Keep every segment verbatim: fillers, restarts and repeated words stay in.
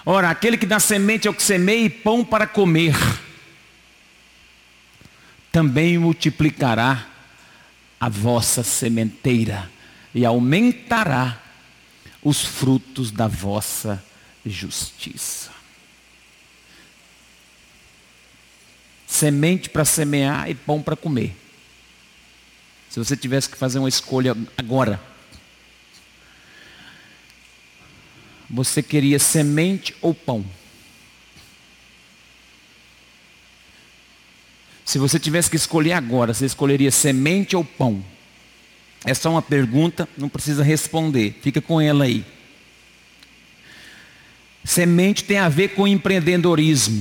Ora, aquele que dá semente ao que semeia e pão para comer, também multiplicará a vossa sementeira e aumentará os frutos da vossa justiça. Semente para semear e pão para comer. Se você tivesse que fazer uma escolha agora, você queria semente ou pão? Se você tivesse que escolher agora, você escolheria semente ou pão? É só uma pergunta, não precisa responder, fica com ela aí. Semente tem a ver com empreendedorismo.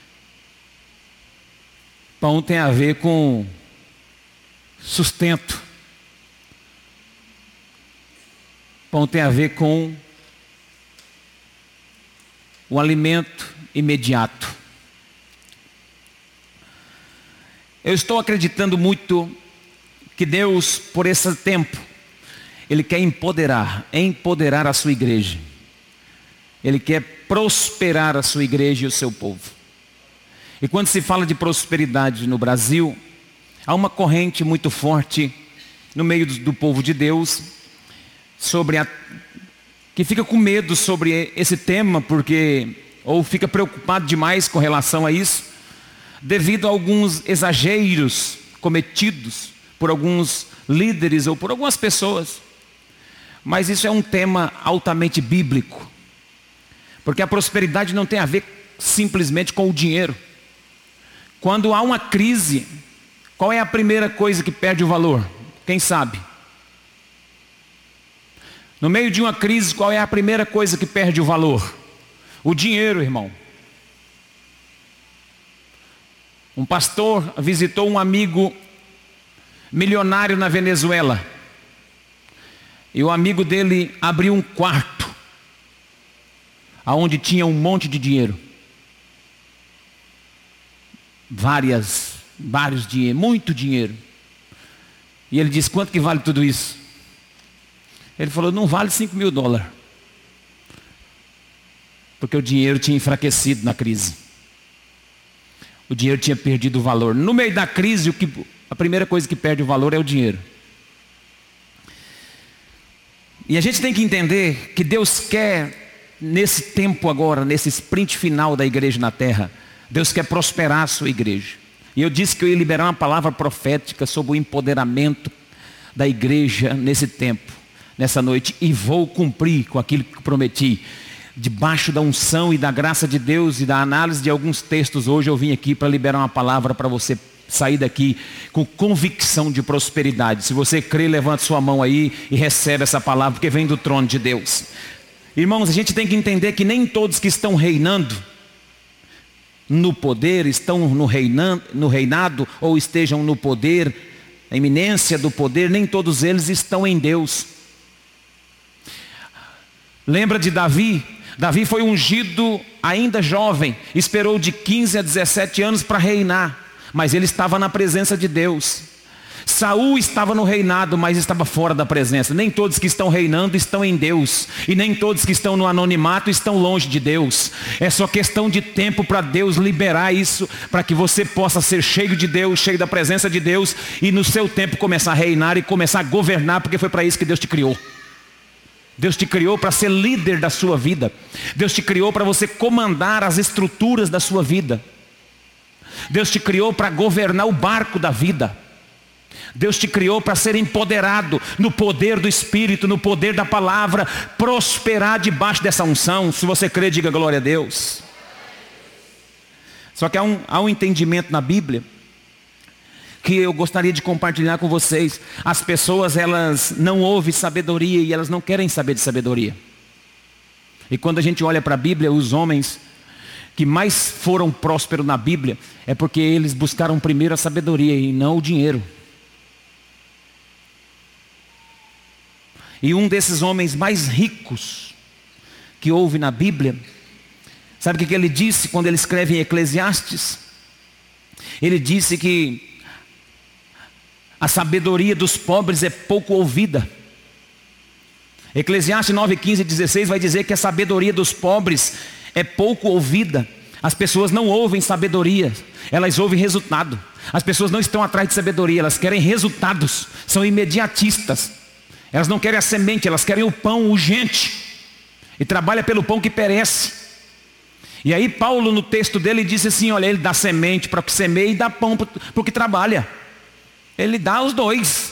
Pão tem a ver com sustento. Pão tem a ver com o alimento imediato. Eu estou acreditando muito que Deus, por esse tempo, Ele quer empoderar, empoderar a sua igreja. Ele quer prosperar a sua igreja e o seu povo. E quando se fala de prosperidade no Brasil, há uma corrente muito forte no meio do, do povo de Deus, sobre a, que fica com medo sobre esse tema, porque, ou fica preocupado demais com relação a isso, devido a alguns exageros cometidos por alguns líderes ou por algumas pessoas. Mas isso é um tema altamente bíblico, porque a prosperidade não tem a ver simplesmente com o dinheiro. Quando há uma crise, qual é a primeira coisa que perde o valor? Quem sabe? No meio de uma crise, qual é a primeira coisa que perde o valor? O dinheiro, irmão. Um pastor visitou um amigo milionário na Venezuela. E o amigo dele abriu um quarto, onde tinha um monte de dinheiro. Várias, vários dinheiro, muito dinheiro. E ele disse, quanto que vale tudo isso? Ele falou, não vale cinco mil dólares. Porque o dinheiro tinha enfraquecido na crise. O dinheiro tinha perdido o valor. No meio da crise, o que, a primeira coisa que perde o valor é o dinheiro. E a gente tem que entender que Deus quer, nesse tempo agora, nesse sprint final da igreja na terra, Deus quer prosperar a sua igreja. E eu disse que eu ia liberar uma palavra profética sobre o empoderamento da igreja nesse tempo, nessa noite. E vou cumprir com aquilo que prometi. Debaixo da unção e da graça de Deus e da análise de alguns textos, hoje eu vim aqui para liberar uma palavra para você sair daqui com convicção de prosperidade. Se você crê, levante sua mão aí e recebe essa palavra, porque vem do trono de Deus. Irmãos, a gente tem que entender que nem todos que estão reinando no poder, estão no reinado, no reinado ou estejam no poder, na iminência do poder, nem todos eles estão em Deus. Lembra de Davi? Davi foi ungido ainda jovem, esperou de quinze a dezessete anos para reinar, mas ele estava na presença de Deus. Saul estava no reinado, mas estava fora da presença. Nem todos que estão reinando estão em Deus, e nem todos que estão no anonimato estão longe de Deus. É só questão de tempo para Deus liberar isso, para que você possa ser cheio de Deus, cheio da presença de Deus, e no seu tempo começar a reinar e começar a governar, porque foi para isso que Deus te criou. Deus te criou para ser líder da sua vida. Deus te criou para você comandar as estruturas da sua vida. Deus te criou para governar o barco da vida. Deus te criou para ser empoderado no poder do Espírito, no poder da palavra, prosperar debaixo dessa unção. Se você crê, diga glória a Deus. Só que há um, há um entendimento na Bíblia que eu gostaria de compartilhar com vocês. As pessoas, elas não ouvem sabedoria e elas não querem saber de sabedoria. E quando a gente olha para a Bíblia, os homens que mais foram prósperos na Bíblia é porque eles buscaram primeiro a sabedoria e não o dinheiro. E um desses homens mais ricos que houve na Bíblia, sabe o que ele disse quando ele escreve em Eclesiastes? Ele disse que a sabedoria dos pobres é pouco ouvida. Eclesiastes nove, quinze e dezesseis vai dizer que a sabedoria dos pobres é pouco ouvida. As pessoas não ouvem sabedoria, elas ouvem resultado. As pessoas não estão atrás de sabedoria, elas querem resultados, são imediatistas. Elas não querem a semente, elas querem o pão urgente. E trabalha pelo pão que perece. E aí Paulo no texto dele disse assim, olha, ele dá semente para o que semeia e dá pão para o que trabalha. Ele dá os dois.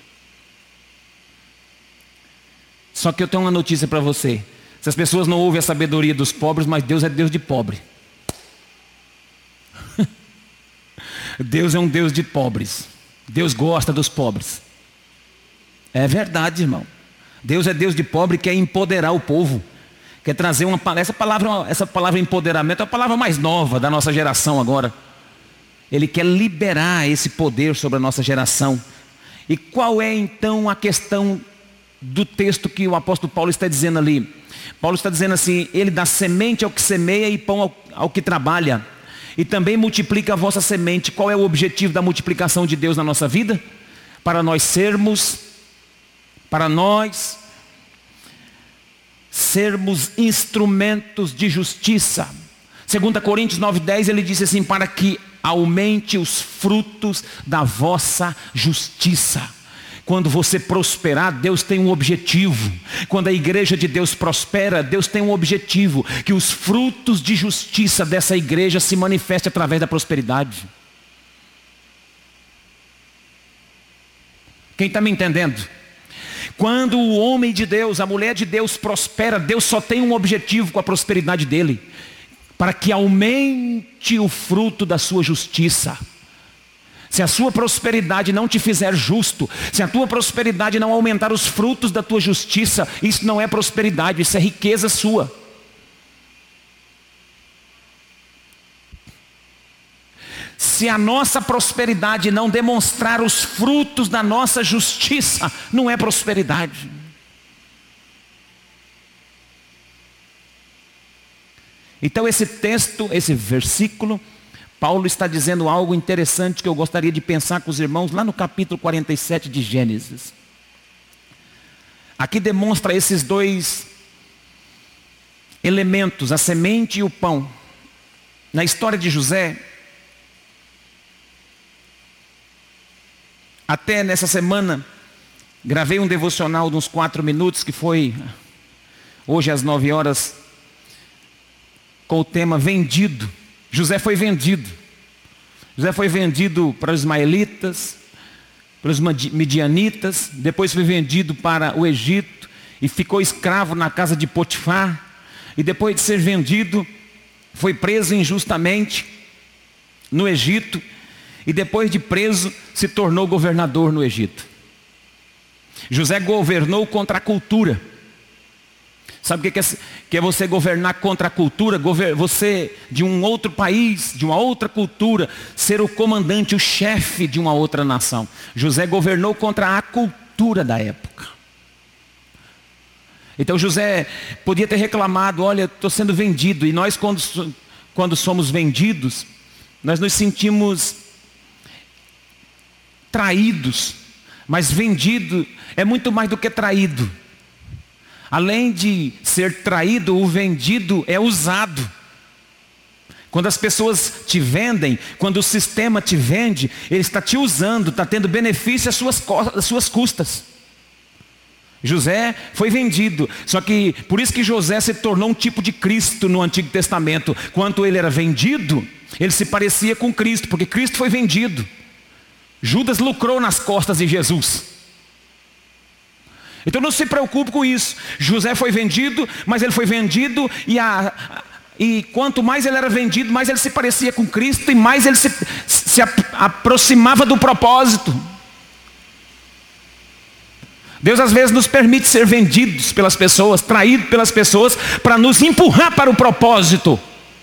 Só que eu tenho uma notícia para você. Essas pessoas não ouvem a sabedoria dos pobres, mas Deus é Deus de pobre. Deus é um Deus de pobres. Deus gosta dos pobres. É verdade, irmão. Deus é Deus de pobre, quer empoderar o povo. Quer trazer uma palavra. Essa palavra, essa palavra empoderamento é a palavra mais nova da nossa geração agora. Ele quer liberar esse poder sobre a nossa geração. E qual é então a questão do texto que o apóstolo Paulo está dizendo ali? Paulo está dizendo assim, ele dá semente ao que semeia e pão ao, ao que trabalha. E também multiplica a vossa semente. Qual é o objetivo da multiplicação de Deus na nossa vida? Para nós sermos, para nós sermos instrumentos de justiça. Segundo Coríntios nove, dez, ele disse assim, para que aumente os frutos da vossa justiça. Quando você prosperar, Deus tem um objetivo. Quando a igreja de Deus prospera, Deus tem um objetivo. Que os frutos de justiça dessa igreja se manifestem através da prosperidade. Quem está me entendendo? Quando o homem de Deus, a mulher de Deus prospera, Deus só tem um objetivo com a prosperidade dele. Para que aumente o fruto da sua justiça. Se a sua prosperidade não te fizer justo, se a tua prosperidade não aumentar os frutos da tua justiça, isso não é prosperidade, isso é riqueza sua. Se a nossa prosperidade não demonstrar os frutos da nossa justiça, não é prosperidade. Então esse texto, esse versículo, Paulo está dizendo algo interessante que eu gostaria de pensar com os irmãos lá no capítulo quarenta e sete de Gênesis. Aqui demonstra esses dois elementos, a semente e o pão. Na história de José, até nessa semana, gravei um devocional de uns quatro minutos, que foi hoje às nove horas, com o tema vendido. José foi vendido. José foi vendido para os ismaelitas, para os midianitas, depois foi vendido para o Egito e ficou escravo na casa de Potifar. E depois de ser vendido, foi preso injustamente no Egito. E depois de preso, se tornou governador no Egito. José governou contra a cultura. Sabe o que é, que é você governar contra a cultura? Você, de um outro país, de uma outra cultura, ser o comandante, o chefe de uma outra nação. José governou contra a cultura da época. Então José podia ter reclamado, olha, estou sendo vendido. E nós quando, quando somos vendidos, nós nos sentimos traídos. Mas vendido é muito mais do que traído. Além de ser traído, o vendido é usado. Quando as pessoas te vendem, quando o sistema te vende, ele está te usando, está tendo benefício às suas, às suas custas. José foi vendido, só que por isso que José se tornou um tipo de Cristo no Antigo Testamento. Quando ele era vendido, ele se parecia com Cristo, porque Cristo foi vendido. Judas lucrou nas costas de Jesus. Então não se preocupe com isso. José foi vendido, mas ele foi vendido e, a, e quanto mais ele era vendido, mais ele se parecia com Cristo e mais ele se, se aproximava do propósito. Deus às vezes nos permite ser vendidos pelas pessoas, traídos pelas pessoas, para nos empurrar para o propósito.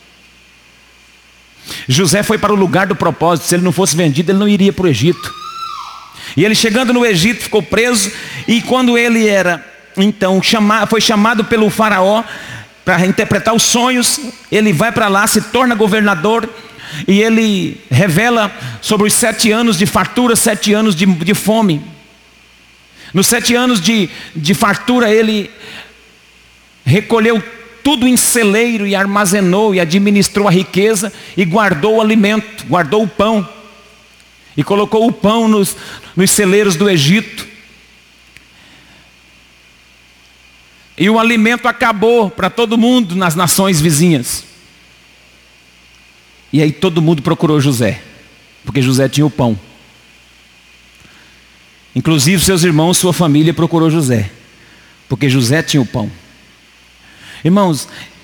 José foi para o lugar do propósito. Se ele não fosse vendido, ele não iria para o Egito. E ele chegando no Egito ficou preso. E quando ele era então chama, foi chamado pelo faraó para interpretar os sonhos, ele vai para lá, se torna governador. E ele revela sobre os sete anos de fartura, sete anos de, de fome. Nos sete anos de, de fartura ele recolheu tudo em celeiro e armazenou e administrou a riqueza e guardou o alimento, guardou o pão. E colocou o pão nos, nos celeiros do Egito. E o alimento acabou para todo mundo nas nações vizinhas. E aí todo mundo procurou José, porque José tinha o pão. Inclusive seus irmãos, sua família procurou José, porque José tinha o pão. Irmãos,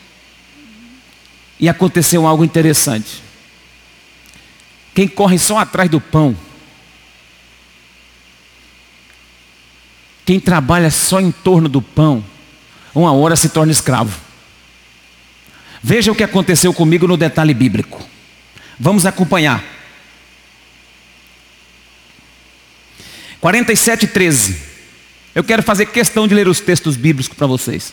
e aconteceu algo interessante. Quem corre só atrás do pão, quem trabalha só em torno do pão, uma hora se torna escravo. Veja o que aconteceu comigo no detalhe bíblico. Vamos acompanhar. quarenta e sete, treze. Eu quero fazer questão de ler os textos bíblicos para vocês.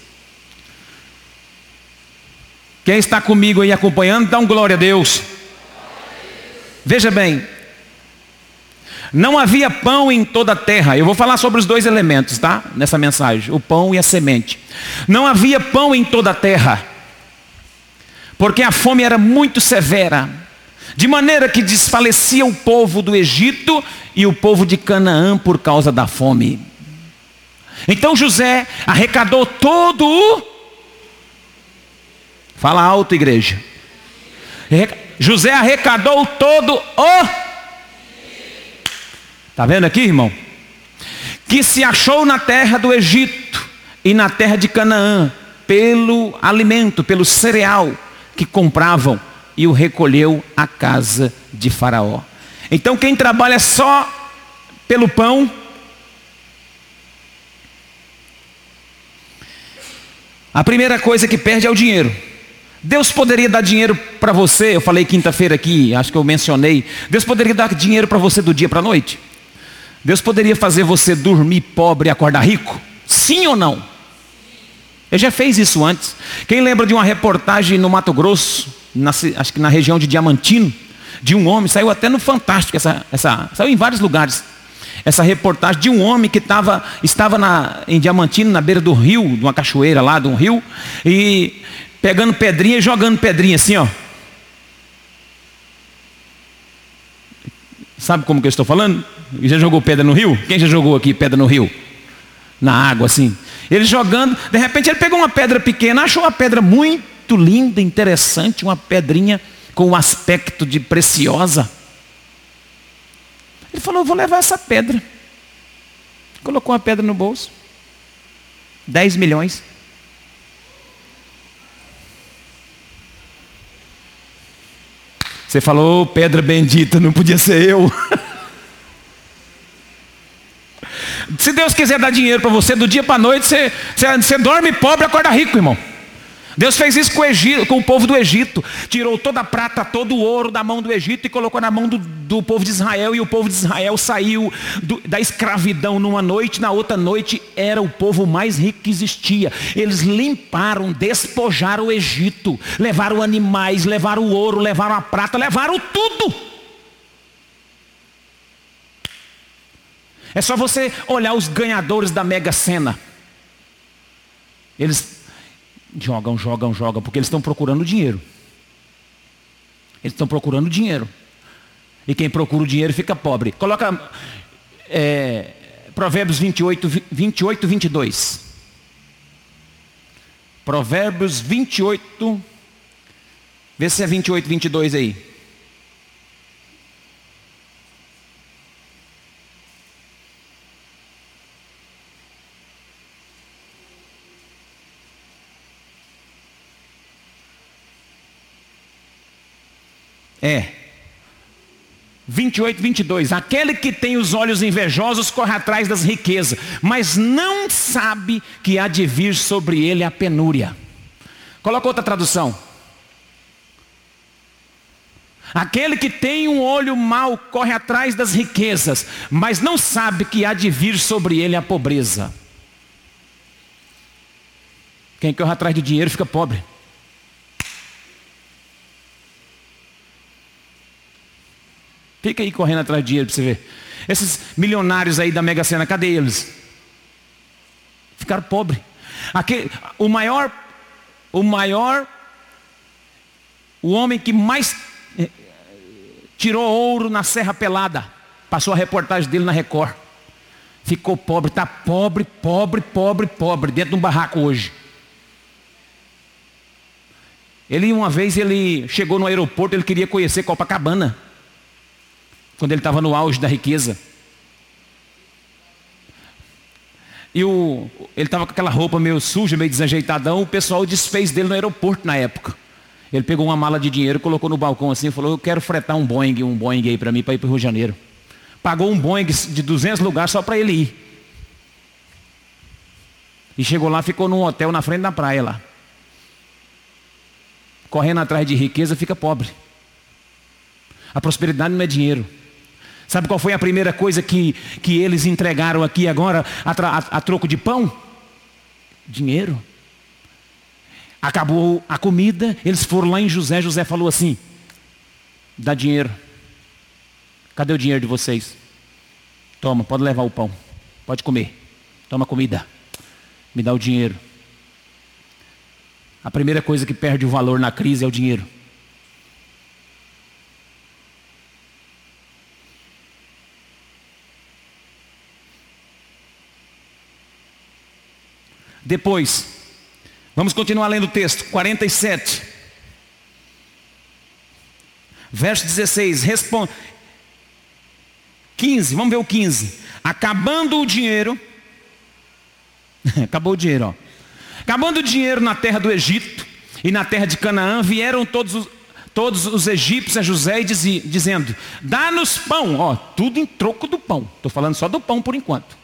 Quem está comigo aí acompanhando, dá um glória a Deus. Veja bem. Não havia pão em toda a terra. Eu vou falar sobre os dois elementos, tá? Nessa mensagem, o pão e a semente. Não havia pão em toda a terra, porque a fome era muito severa, de maneira que desfalecia o povo do Egito e o povo de Canaã por causa da fome. Então José arrecadou todo o... Fala alto, igreja. José arrecadou todo o... Está vendo aqui, irmão? Que se achou na terra do Egito e na terra de Canaã, pelo alimento, pelo cereal que compravam, e o recolheu à casa de Faraó. Então quem trabalha só pelo pão, a primeira coisa que perde é o dinheiro. Deus poderia dar dinheiro para você, eu falei quinta-feira aqui, acho que eu mencionei, Deus poderia dar dinheiro para você do dia para a noite? Deus poderia fazer você dormir pobre e acordar rico? Sim ou não? Ele já fez isso antes. Quem lembra de uma reportagem no Mato Grosso, na, acho que na região de Diamantino, de um homem, saiu até no Fantástico, essa, essa, saiu em vários lugares, essa reportagem de um homem que tava, estava na, em Diamantino, na beira do rio, de uma cachoeira lá, de um rio, e pegando pedrinha e jogando pedrinha assim, ó. Sabe como que eu estou falando? Já jogou pedra no rio? Quem já jogou aqui pedra no rio? Na água assim. Ele jogando, de repente ele pegou uma pedra pequena, achou uma pedra muito linda, interessante, uma pedrinha com um aspecto de preciosa. Ele falou, vou levar essa pedra. Colocou uma pedra no bolso. dez milhões. Você falou, pedra bendita, não podia ser eu. Se Deus quiser dar dinheiro para você, do dia para a noite, você, você, você dorme pobre e acorda rico, irmão. Deus fez isso com o, Egito, com o povo do Egito. Tirou toda a prata, todo o ouro da mão do Egito e colocou na mão do, do povo de Israel. E o povo de Israel saiu do, da escravidão numa noite. Na outra noite era o povo mais rico que existia. Eles limparam, despojaram o Egito. Levaram animais, levaram o ouro, levaram a prata, levaram tudo. É só você olhar os ganhadores da Mega Sena. Eles jogam, jogam, jogam, porque eles estão procurando dinheiro. Eles estão procurando dinheiro. E quem procura o dinheiro fica pobre. Coloca é, Provérbios vinte e oito, vinte e oito, vinte e dois. Provérbios vinte e oito. Vê se é vinte e oito, vinte e dois aí. É, vinte e oito, vinte e dois. Aquele que tem os olhos invejosos corre atrás das riquezas, mas não sabe que há de vir sobre ele a penúria. Coloca outra tradução. Aquele que tem um olho mau corre atrás das riquezas, mas não sabe que há de vir sobre ele a pobreza. Quem corre atrás do dinheiro fica pobre. Fica aí correndo atrás de dinheiro para você ver. Esses milionários aí da Mega Sena, cadê eles? Ficaram pobres. Aqui, o maior o maior, o homem que mais tirou ouro na Serra Pelada. Passou a reportagem dele na Record. Ficou pobre, está pobre, pobre, pobre, pobre, dentro de um barraco hoje. Ele, uma vez, ele chegou no aeroporto, ele queria conhecer Copacabana. Quando ele estava no auge da riqueza. E o, ele estava com aquela roupa meio suja, meio desajeitadão. O pessoal desfez dele no aeroporto na época. Ele pegou uma mala de dinheiro, colocou no balcão assim e falou: eu quero fretar um Boeing, um Boeing aí para mim, para ir para o Rio de Janeiro. Pagou um Boeing de duzentos lugares só para ele ir. E chegou lá, ficou num hotel na frente da praia lá. Correndo atrás de riqueza, fica pobre. A prosperidade não é dinheiro. Sabe qual foi a primeira coisa que, que eles entregaram aqui agora a, a, a troco de pão? Dinheiro. Acabou a comida, eles foram lá em José. José falou assim: dá dinheiro. Cadê o dinheiro de vocês? Toma, pode levar o pão. Pode comer. Toma comida. Me dá o dinheiro. A primeira coisa que perde o valor na crise é o dinheiro. Depois, vamos continuar lendo o texto, quarenta e sete. Verso dezesseis, responde. quinze, vamos ver o quinze. Acabando o dinheiro, acabou o dinheiro, ó. Acabando o dinheiro na terra do Egito e na terra de Canaã, vieram todos os, todos os egípcios a José e dizi, dizendo: dá-nos pão, ó, tudo em troco do pão. Estou falando só do pão por enquanto.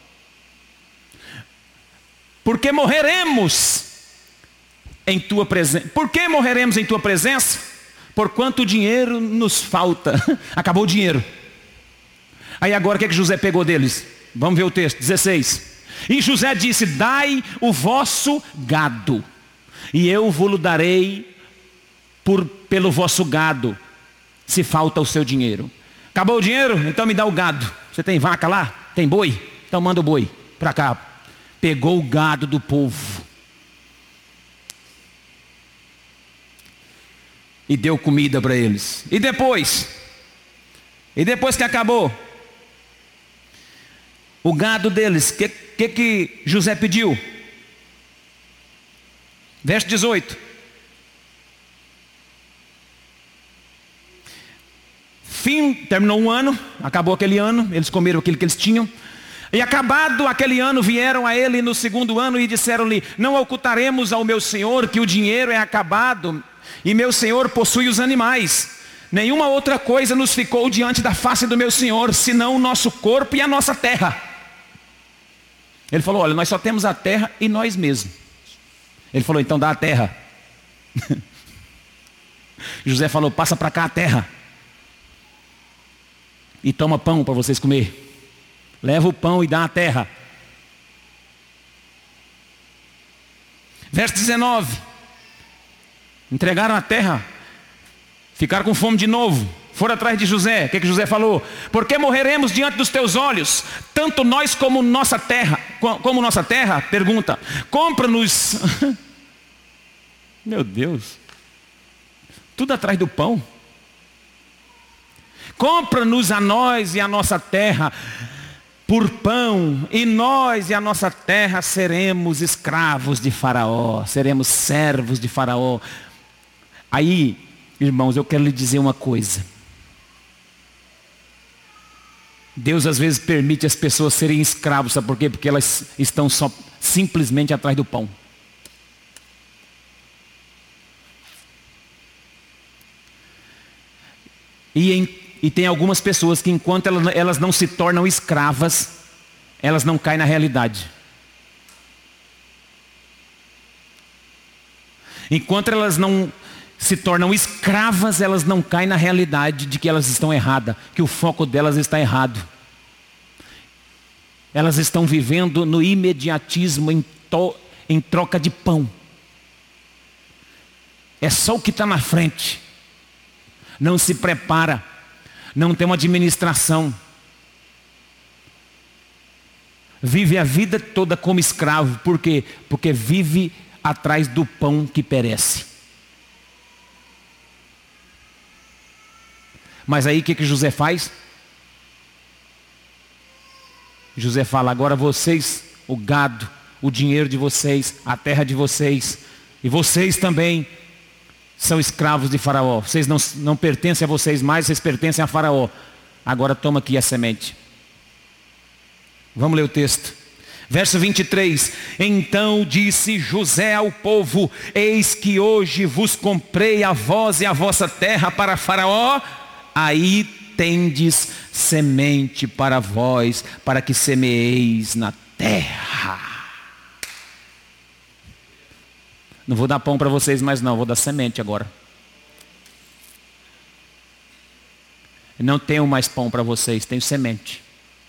Porque morreremos em tua presença. Por que morreremos em tua presença? Porquanto o dinheiro nos falta. Acabou o dinheiro. Aí agora o que é que José pegou deles? Vamos ver o texto, dezesseis. E José disse: dai o vosso gado, e eu vou-lo darei por, pelo vosso gado, se falta o seu dinheiro. Acabou o dinheiro? Então me dá o gado. Você tem vaca lá? Tem boi? Então manda o boi para cá. Pegou o gado do povo e deu comida para eles. E depois? E depois que acabou o gado deles, o que, que que José pediu? Verso dezoito. Fim, terminou um ano, acabou aquele ano, eles comeram aquilo que eles tinham. E acabado aquele ano, vieram a ele no segundo ano e disseram-lhe: não ocultaremos ao meu senhor que o dinheiro é acabado e meu senhor possui os animais. Nenhuma outra coisa nos ficou diante da face do meu senhor, senão o nosso corpo e a nossa terra. Ele falou: olha, nós só temos a terra e nós mesmos. Ele falou: então dá a terra. José falou: passa para cá a terra e toma pão para vocês comer. Leva o pão e dá a terra. Verso dezenove. Entregaram a terra, ficaram com fome de novo, foram atrás de José. O que, que José falou? Porque morreremos diante dos teus olhos, tanto nós como nossa terra. Como nossa terra? Pergunta. Compra-nos. Meu Deus. Tudo atrás do pão. Compra-nos a nós e a nossa terra por pão, e nós e a nossa terra seremos escravos de Faraó, seremos servos de Faraó. Aí, irmãos, eu quero lhe dizer uma coisa. Deus às vezes permite as pessoas serem escravos, sabe por quê? Porque elas estão só simplesmente atrás do pão. E em E tem algumas pessoas que enquanto elas não se tornam escravas, elas não caem na realidade. Enquanto elas não se tornam escravas, elas não caem na realidade de que elas estão erradas, que o foco delas está errado. Elas estão vivendo no imediatismo, em, to, em troca de pão. É só o que está na frente. Não se prepara. Não tem uma administração. Vive a vida toda como escravo. Por quê? Porque vive atrás do pão que perece. Mas aí o que, que José faz? José fala, agora vocês, o gado, o dinheiro de vocês, a terra de vocês, e vocês também são escravos de Faraó. Vocês não, não pertencem a vocês mais, vocês pertencem a Faraó. Agora toma aqui a semente. Vamos ler o texto. Verso vinte e três. Então disse José ao povo, eis que hoje vos comprei a vós e a vossa terra para Faraó. Aí tendes semente para vós, para que semeeis na terra. Não vou dar pão para vocês mais não, vou dar semente agora. Não tenho mais pão para vocês, tenho semente.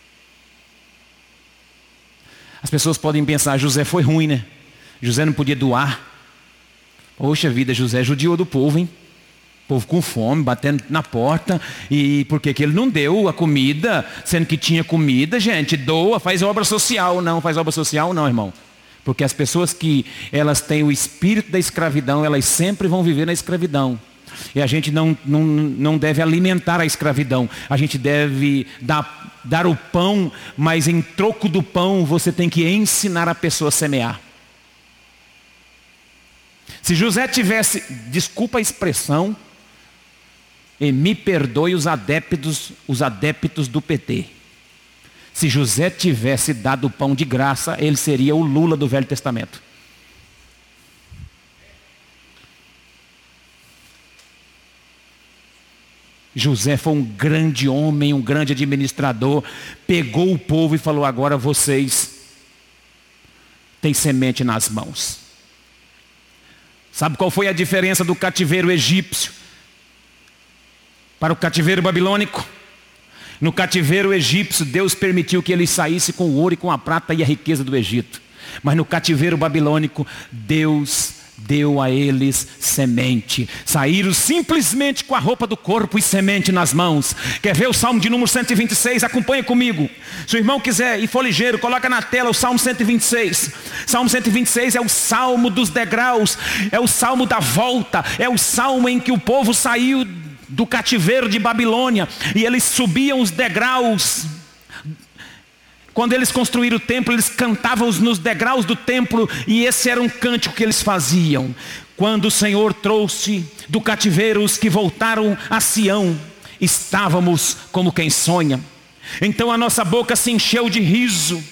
As pessoas podem pensar, José foi ruim, né? José não podia doar. Poxa vida, José judiou do povo, hein? Povo com fome, batendo na porta. E por que que ele não deu a comida? Sendo que tinha comida, gente, doa, faz obra social. Não, faz obra social não, irmão. Porque as pessoas que elas têm o espírito da escravidão, elas sempre vão viver na escravidão. E a gente não, não, não deve alimentar a escravidão. A gente deve dar, dar o pão, mas em troco do pão você tem que ensinar a pessoa a semear. Se José tivesse, desculpa a expressão, e me perdoe os adeptos, os adeptos do P T. Se José tivesse dado o pão de graça, ele seria o Lula do Velho Testamento. José foi um grande homem, um grande administrador, pegou o povo e falou, agora vocês têm semente nas mãos. Sabe qual foi a diferença do cativeiro egípcio para o cativeiro babilônico? No cativeiro egípcio, Deus permitiu que eles saíssem com o ouro e com a prata e a riqueza do Egito. Mas no cativeiro babilônico, Deus deu a eles semente. Saíram simplesmente com a roupa do corpo e semente nas mãos. Quer ver o Salmo de número cento e vinte e seis? Acompanha comigo. Se o irmão quiser e for ligeiro, coloca na tela o Salmo cento e vinte e seis. Salmo cento e vinte e seis é o Salmo dos degraus, é o Salmo da volta, é o Salmo em que o povo saiu do cativeiro de Babilônia e eles subiam os degraus. Quando eles construíram o templo, eles cantavam nos degraus do templo, e esse era um cântico que eles faziam. Quando o Senhor trouxe do cativeiro os que voltaram a Sião, estávamos como quem sonha. Então a nossa boca se encheu de riso,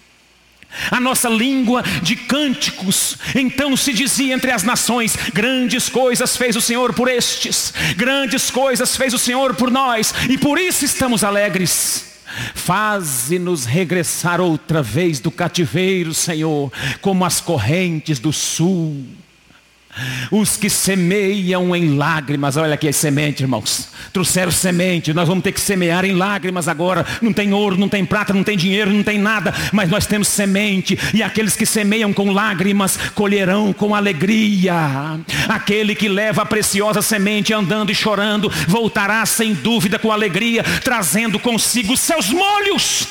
a nossa língua de cânticos. Então se dizia entre as nações, grandes coisas fez o Senhor por estes, grandes coisas fez o Senhor por nós, e por isso estamos alegres. Faze-nos regressar outra vez do cativeiro, Senhor, como as correntes do sul. Os que semeiam em lágrimas, olha aqui as sementes, irmãos, trouxeram semente, nós vamos ter que semear em lágrimas agora. Não tem ouro, não tem prata, não tem dinheiro, não tem nada, mas nós temos semente. E aqueles que semeiam com lágrimas, colherão com alegria. Aquele que leva a preciosa semente andando e chorando, voltará sem dúvida com alegria, trazendo consigo os seus molhos.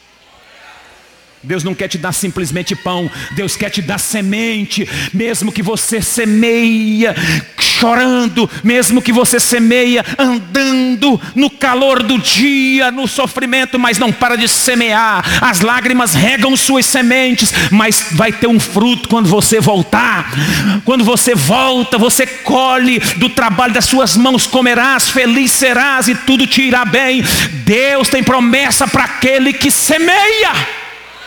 Deus não quer te dar simplesmente pão, Deus quer te dar semente. Mesmo que você semeia chorando, mesmo que você semeia andando no calor do dia, no sofrimento, mas não para de semear. As lágrimas regam suas sementes, mas vai ter um fruto quando você voltar. Quando você volta, você colhe do trabalho das suas mãos, comerás, feliz serás e tudo te irá bem. Deus tem promessa para aquele que semeia.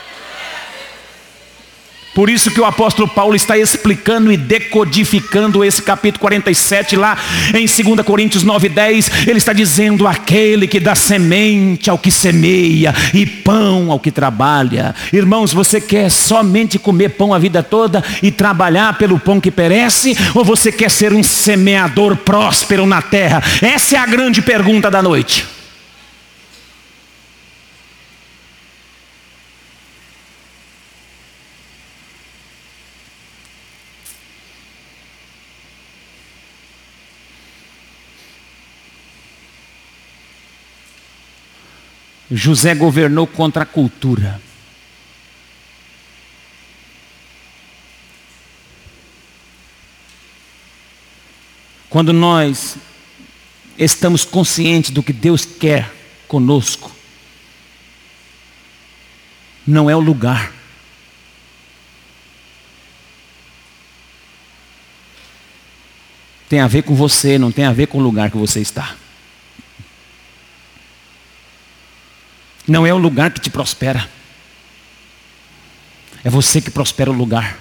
Por isso que o apóstolo Paulo está explicando e decodificando esse capítulo quarenta e sete lá em dois Coríntios nove, dez. Ele está dizendo, aquele que dá semente ao que semeia e pão ao que trabalha. Irmãos, você quer somente comer pão a vida toda e trabalhar pelo pão que perece? Ou você quer ser um semeador próspero na terra? Essa é a grande pergunta da noite. José governou contra a cultura. Quando nós estamos conscientes do que Deus quer conosco, não é o lugar. Tem a ver com você, não tem a ver com o lugar que você está. Não é o lugar que te prospera. É você que prospera o lugar.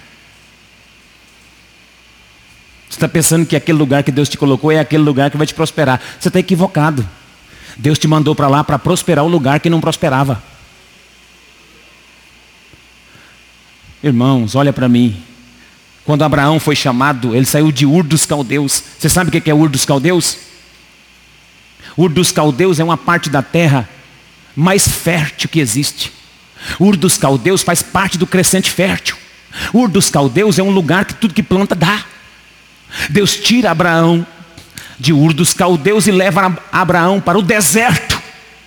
Você está pensando que aquele lugar que Deus te colocou é aquele lugar que vai te prosperar. Você está equivocado. Deus te mandou para lá para prosperar o lugar que não prosperava. Irmãos, olha para mim. Quando Abraão foi chamado, ele saiu de Ur dos Caldeus. Você sabe o que é Ur dos Caldeus? Ur dos Caldeus é uma parte da terra mais fértil que existe. Ur dos Caldeus faz parte do crescente fértil. Ur dos Caldeus é um lugar que tudo que planta dá. Deus tira Abraão de Ur dos Caldeus e leva Abraão para o deserto.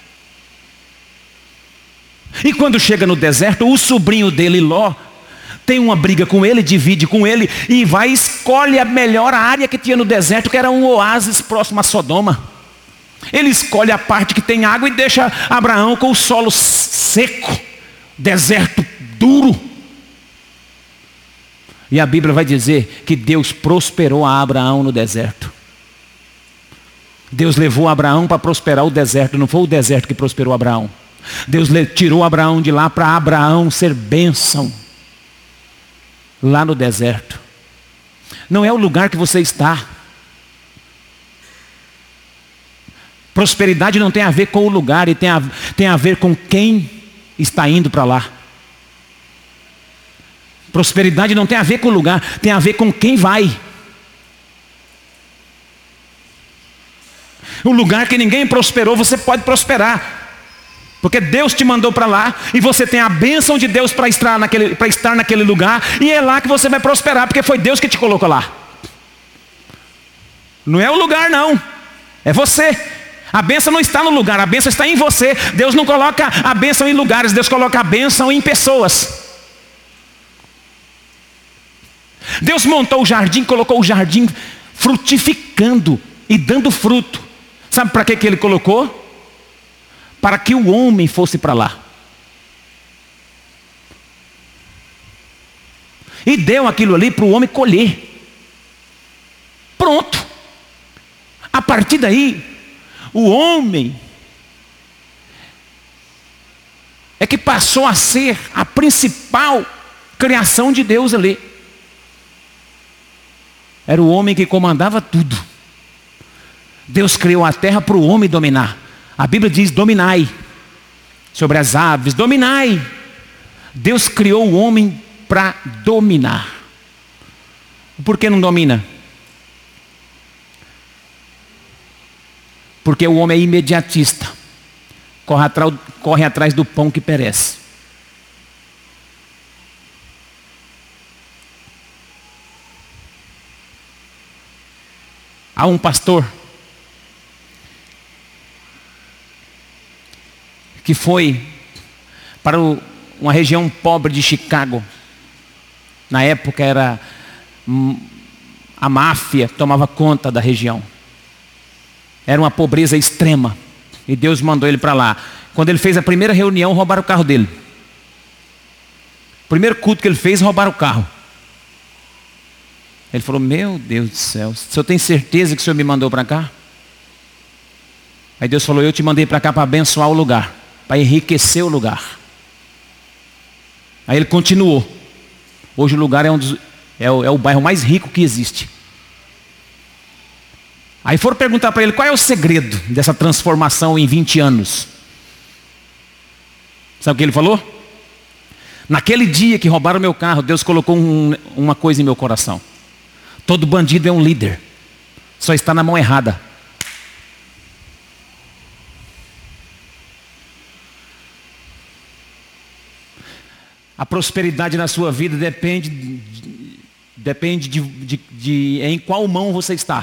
E quando chega no deserto, o sobrinho dele, Ló, tem uma briga com ele, divide com ele e vai e escolhe a melhor área que tinha no deserto, que era um oásis próximo a Sodoma. Ele escolhe a parte que tem água e deixa Abraão com o solo seco, deserto duro. E a Bíblia vai dizer que Deus prosperou a Abraão no deserto. Deus levou Abraão para prosperar o deserto, não foi o deserto que prosperou Abraão. Deus tirou Abraão de lá para Abraão ser bênção lá no deserto. Não é o lugar que você está. Prosperidade não tem a ver com o lugar, e tem a, tem a ver com quem está indo para lá. Prosperidade não tem a ver com o lugar, tem a ver com quem vai. O lugar que ninguém prosperou, você pode prosperar. Porque Deus te mandou para lá e você tem a bênção de Deus para estar naquele, para estar naquele lugar, e é lá que você vai prosperar, porque foi Deus que te colocou lá. Não é o lugar não, é você. A bênção não está no lugar, a bênção está em você. Deus não coloca a bênção em lugares, Deus coloca a bênção em pessoas. Deus montou o jardim, colocou o jardim frutificando e dando fruto. Sabe para que que Ele colocou? Para que o homem fosse para lá. E deu aquilo ali para o homem colher. Pronto. A partir daí, o homem é que passou a ser a principal criação de Deus ali. Era o homem que comandava tudo. Deus criou a terra para o homem dominar. A Bíblia diz: dominai sobre as aves, dominai. Deus criou o homem para dominar. Por que não domina? Porque o homem é imediatista. Corre atrás, corre atrás do pão que perece. Há um pastor que foi para o, uma região pobre de Chicago. Na época era a máfia tomava conta da região. Era uma pobreza extrema. E Deus mandou ele para lá. Quando ele fez a primeira reunião, roubaram o carro dele. O primeiro culto que ele fez, roubaram o carro. Ele falou: meu Deus do céu, o senhor tem certeza que o senhor me mandou para cá? Aí Deus falou: eu te mandei para cá para abençoar o lugar, para enriquecer o lugar. Aí ele continuou. Hoje o lugar é, um dos, é, o, é o bairro mais rico que existe. Aí foram perguntar para ele: qual é o segredo dessa transformação em vinte anos? Sabe o que ele falou? Naquele dia que roubaram meu carro, Deus colocou um, uma coisa em meu coração: todo bandido é um líder, só está na mão errada. A prosperidade na sua vida depende, depende de, de, de em qual mão você está.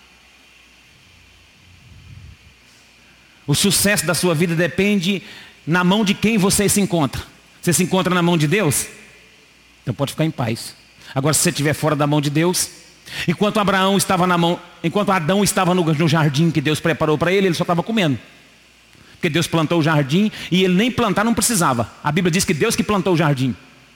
O sucesso da sua vida depende na mão de quem você se encontra. Você se encontra na mão de Deus? Então pode ficar em paz. Agora, se você estiver fora da mão de Deus, Enquanto Abraão estava na mão, enquanto Adão estava no, no jardim que Deus preparou para ele, ele só estava comendo. Porque Deus plantou o jardim e ele nem plantar não precisava. A Bíblia diz que Deus que plantou o jardim.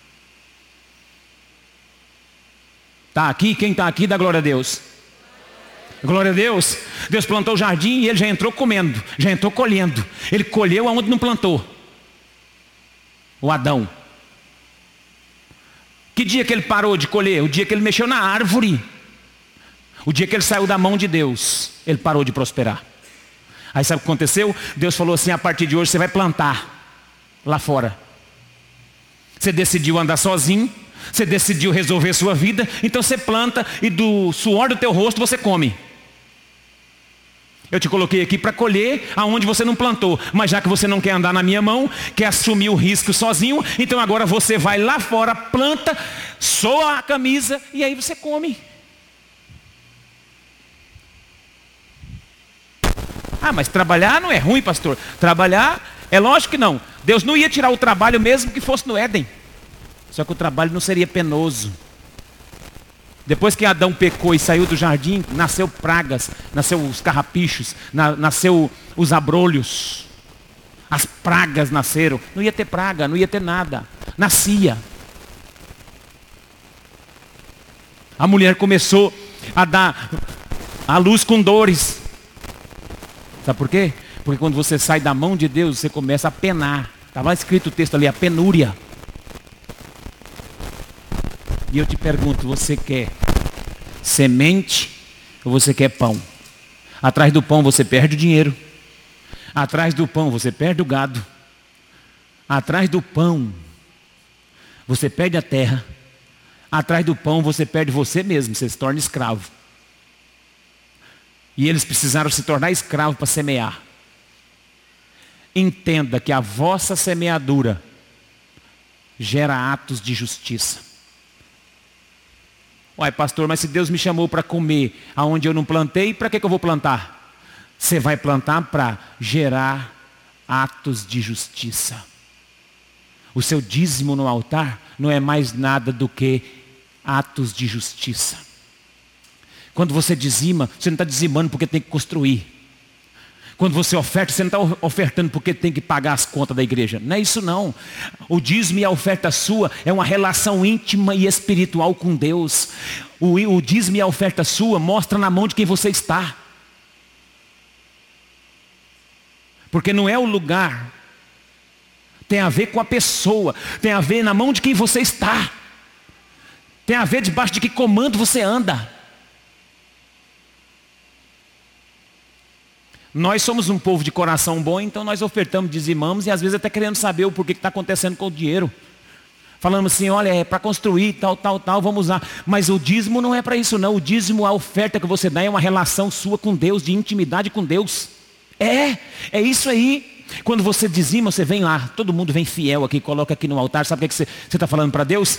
Está aqui? Quem está aqui dá glória a Deus. Glória a Deus. Deus plantou o jardim e ele já entrou comendo, já entrou colhendo. Ele colheu aonde não plantou. O Adão. Que dia que ele parou de colher? O dia que ele mexeu na árvore. O dia que ele saiu da mão de Deus, ele parou de prosperar. Aí sabe o que aconteceu? Deus falou assim: a partir de hoje você vai plantar lá fora. Você decidiu andar sozinho, você decidiu resolver sua vida, então você planta e do suor do teu rosto você come. Eu te coloquei aqui para colher aonde você não plantou, mas já que você não quer andar na minha mão, quer assumir o risco sozinho, então agora você vai lá fora, planta, soa a camisa e aí você come. Ah, mas trabalhar não é ruim, pastor. Trabalhar, é lógico que não. Deus não ia tirar o trabalho mesmo que fosse no Éden. Só que o trabalho não seria penoso. Depois que Adão pecou e saiu do jardim, nasceu pragas, nasceu os carrapichos, na, nasceu os abrolhos. As pragas nasceram. Não ia ter praga, não ia ter nada. Nascia. A mulher começou a dar a luz com dores. Sabe por quê? Porque quando você sai da mão de Deus, você começa a penar. Estava escrito o texto ali, a penúria. E eu te pergunto, você quer semente ou você quer pão? Atrás do pão você perde o dinheiro. Atrás do pão você perde o gado. Atrás do pão você perde a terra. Atrás do pão você perde você mesmo, você se torna escravo. E eles precisaram se tornar escravos para semear. Entenda que a vossa semeadura gera atos de justiça. Uai, pastor, mas se Deus me chamou para comer aonde eu não plantei, para que, que eu vou plantar? Você vai plantar para gerar atos de justiça. O seu dízimo no altar não é mais nada do que atos de justiça. Quando você dizima, você não está dizimando porque tem que construir. Quando você oferta, você não está ofertando porque tem que pagar as contas da igreja. Não é isso não. O dízimo e a oferta sua é uma relação íntima e espiritual com Deus. O, o dízimo e a oferta sua mostra na mão de quem você está. Porque não é o lugar. Tem a ver com a pessoa. Tem a ver na mão de quem você está. Tem a ver debaixo de que comando você anda. Nós somos um povo de coração bom, então nós ofertamos, dizimamos e às vezes até querendo saber o porquê que está acontecendo com o dinheiro. Falando assim, olha, é para construir, tal, tal, tal, vamos usar. Mas o dízimo não é para isso não. O dízimo, a oferta que você dá é uma relação sua com Deus, de intimidade com Deus. É, é isso aí. Quando você dizima, você vem lá, todo mundo vem fiel aqui, coloca aqui no altar. Sabe o que você está falando para Deus?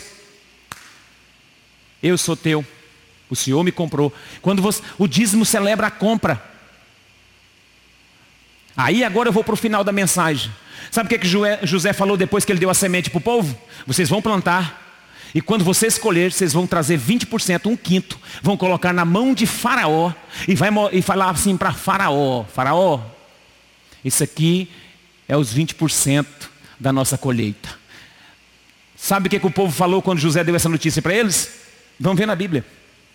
Eu sou teu, o Senhor me comprou. Quando você, o dízimo celebra a compra. Aí agora eu vou para o final da mensagem. Sabe o que, que José falou depois que ele deu a semente para o povo? Vocês vão plantar. E quando vocês escolherem, vocês vão trazer vinte por cento, um quinto. Vão colocar na mão de Faraó. E vai e falar assim para Faraó. Faraó, isso aqui é os vinte por cento da nossa colheita. Sabe o que, que o povo falou quando José deu essa notícia para eles? Vamos ver na Bíblia.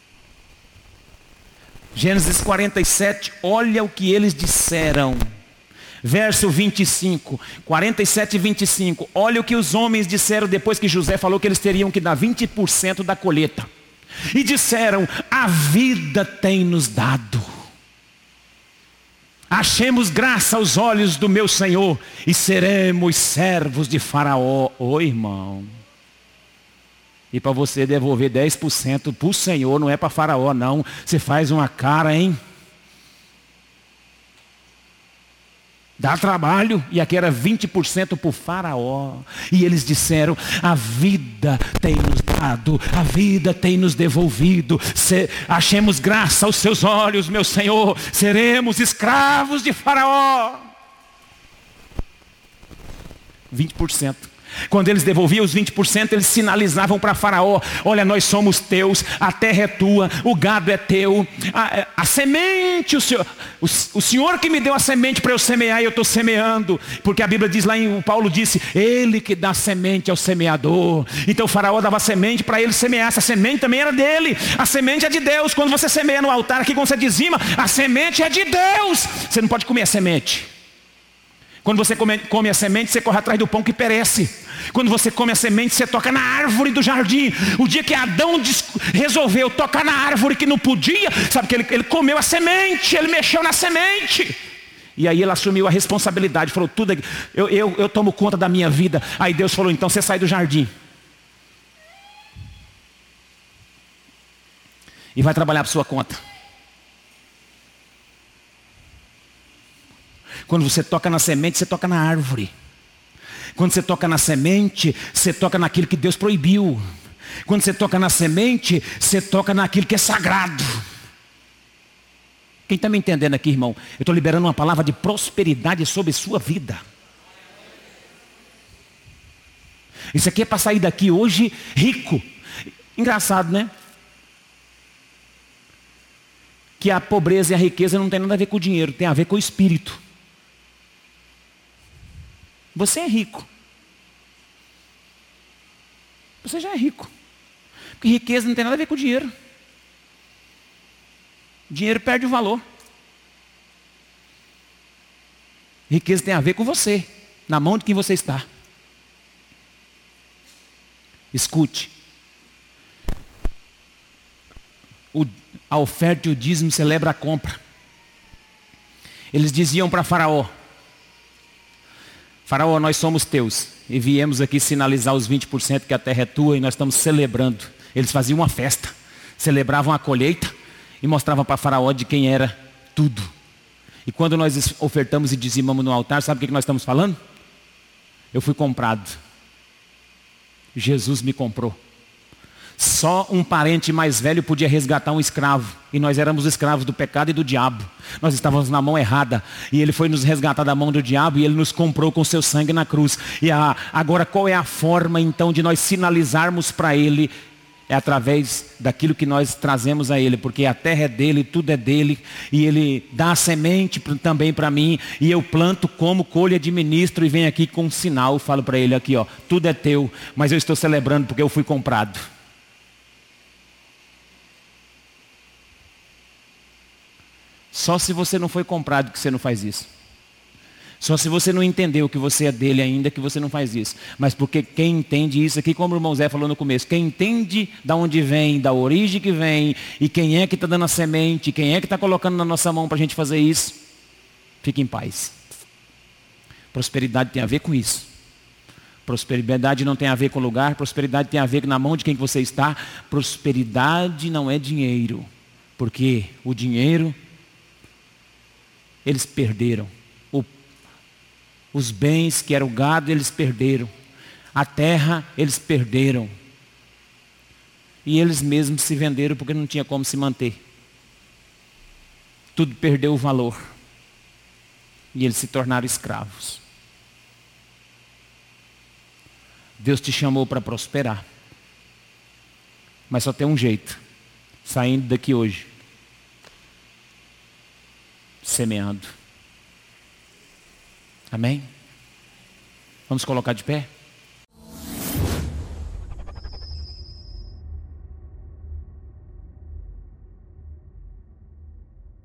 Gênesis quarenta e sete, olha o que eles disseram. Verso vinte e cinco, quarenta e sete e vinte e cinco. Olha o que os homens disseram depois que José falou que eles teriam que dar vinte por cento da colheita. E disseram, a vida tem nos dado. Achemos graça aos olhos do meu Senhor e seremos servos de Faraó. Ô irmão. E para você devolver dez por cento para o Senhor, não é para Faraó não. Você faz uma cara, hein? Dá trabalho. E aqui era vinte por cento para o Faraó. E eles disseram, a vida tem nos dado, a vida tem nos devolvido. Se, achemos graça aos seus olhos, meu Senhor. Seremos escravos de Faraó. vinte por cento. Quando eles devolviam os vinte por cento, eles sinalizavam para Faraó: olha, nós somos teus, a terra é tua, o gado é teu, a, a semente, o senhor, o, o senhor que me deu a semente para eu semear, e eu estou semeando, porque a Bíblia diz lá, em, o Paulo disse, ele que dá semente ao semeador. Então o Faraó dava semente para ele semear, essa semente também era dele, a semente é de Deus. Quando você semeia no altar aqui, quando você dizima, a semente é de Deus, você não pode comer a semente. Quando você come, come a semente, você corre atrás do pão que perece. Quando você come a semente, você toca na árvore do jardim. O dia que Adão resolveu tocar na árvore que não podia, sabe que ele, ele comeu a semente, ele mexeu na semente. E aí ele assumiu a responsabilidade, falou, tudo aqui, eu, eu, eu tomo conta da minha vida. Aí Deus falou, então você sai do jardim e vai trabalhar por sua conta. Quando você toca na semente, você toca na árvore. Quando você toca na semente, você toca naquilo que Deus proibiu. Quando você toca na semente, você toca naquilo que é sagrado. Quem está me entendendo aqui, irmão? Eu estou liberando uma palavra de prosperidade sobre sua vida. Isso aqui é para sair daqui hoje rico. Engraçado, né? Que a pobreza e a riqueza não tem nada a ver com o dinheiro, tem a ver com o espírito. Você é rico. Você já é rico. Porque riqueza não tem nada a ver com dinheiro. Dinheiro perde o valor. Riqueza tem a ver com você, na mão de quem você está. Escute. O, a oferta e o dízimo celebra a compra. Eles diziam para Faraó: Faraó, nós somos teus e viemos aqui sinalizar os vinte por cento que a terra é tua e nós estamos celebrando. Eles faziam uma festa, celebravam a colheita e mostravam para Faraó de quem era tudo. E quando nós ofertamos e dizimamos no altar, sabe o que nós estamos falando? Eu fui comprado. Jesus me comprou. Só um parente mais velho podia resgatar um escravo. E nós éramos escravos do pecado e do diabo. Nós estávamos na mão errada. E ele foi nos resgatar da mão do diabo e ele nos comprou com seu sangue na cruz. E a, agora qual é a forma então de nós sinalizarmos para ele? É através daquilo que nós trazemos a ele. Porque a terra é dele, tudo é dele. E ele dá a semente também para mim. E eu planto, como, colho, administro. E venho aqui com um sinal. Falo para ele aqui, ó, tudo é teu. Mas eu estou celebrando porque eu fui comprado. Só se você não foi comprado que você não faz isso. Só se você não entendeu que você é dele ainda que você não faz isso. Mas porque quem entende isso aqui, como o irmão Zé falou no começo, quem entende da onde vem, da origem que vem, e quem é que está dando a semente, quem é que está colocando na nossa mão para a gente fazer isso, fique em paz. Prosperidade tem a ver com isso. Prosperidade não tem a ver com lugar, prosperidade tem a ver na mão de quem você está. Prosperidade não é dinheiro, porque o dinheiro eles perderam. O, os bens que era o gado, eles perderam. A terra, eles perderam. E eles mesmos se venderam porque não tinha como se manter. Tudo perdeu o valor. E eles se tornaram escravos. Deus te chamou para prosperar. Mas só tem um jeito. Saindo daqui hoje. Semeando. Amém? Vamos colocar de pé?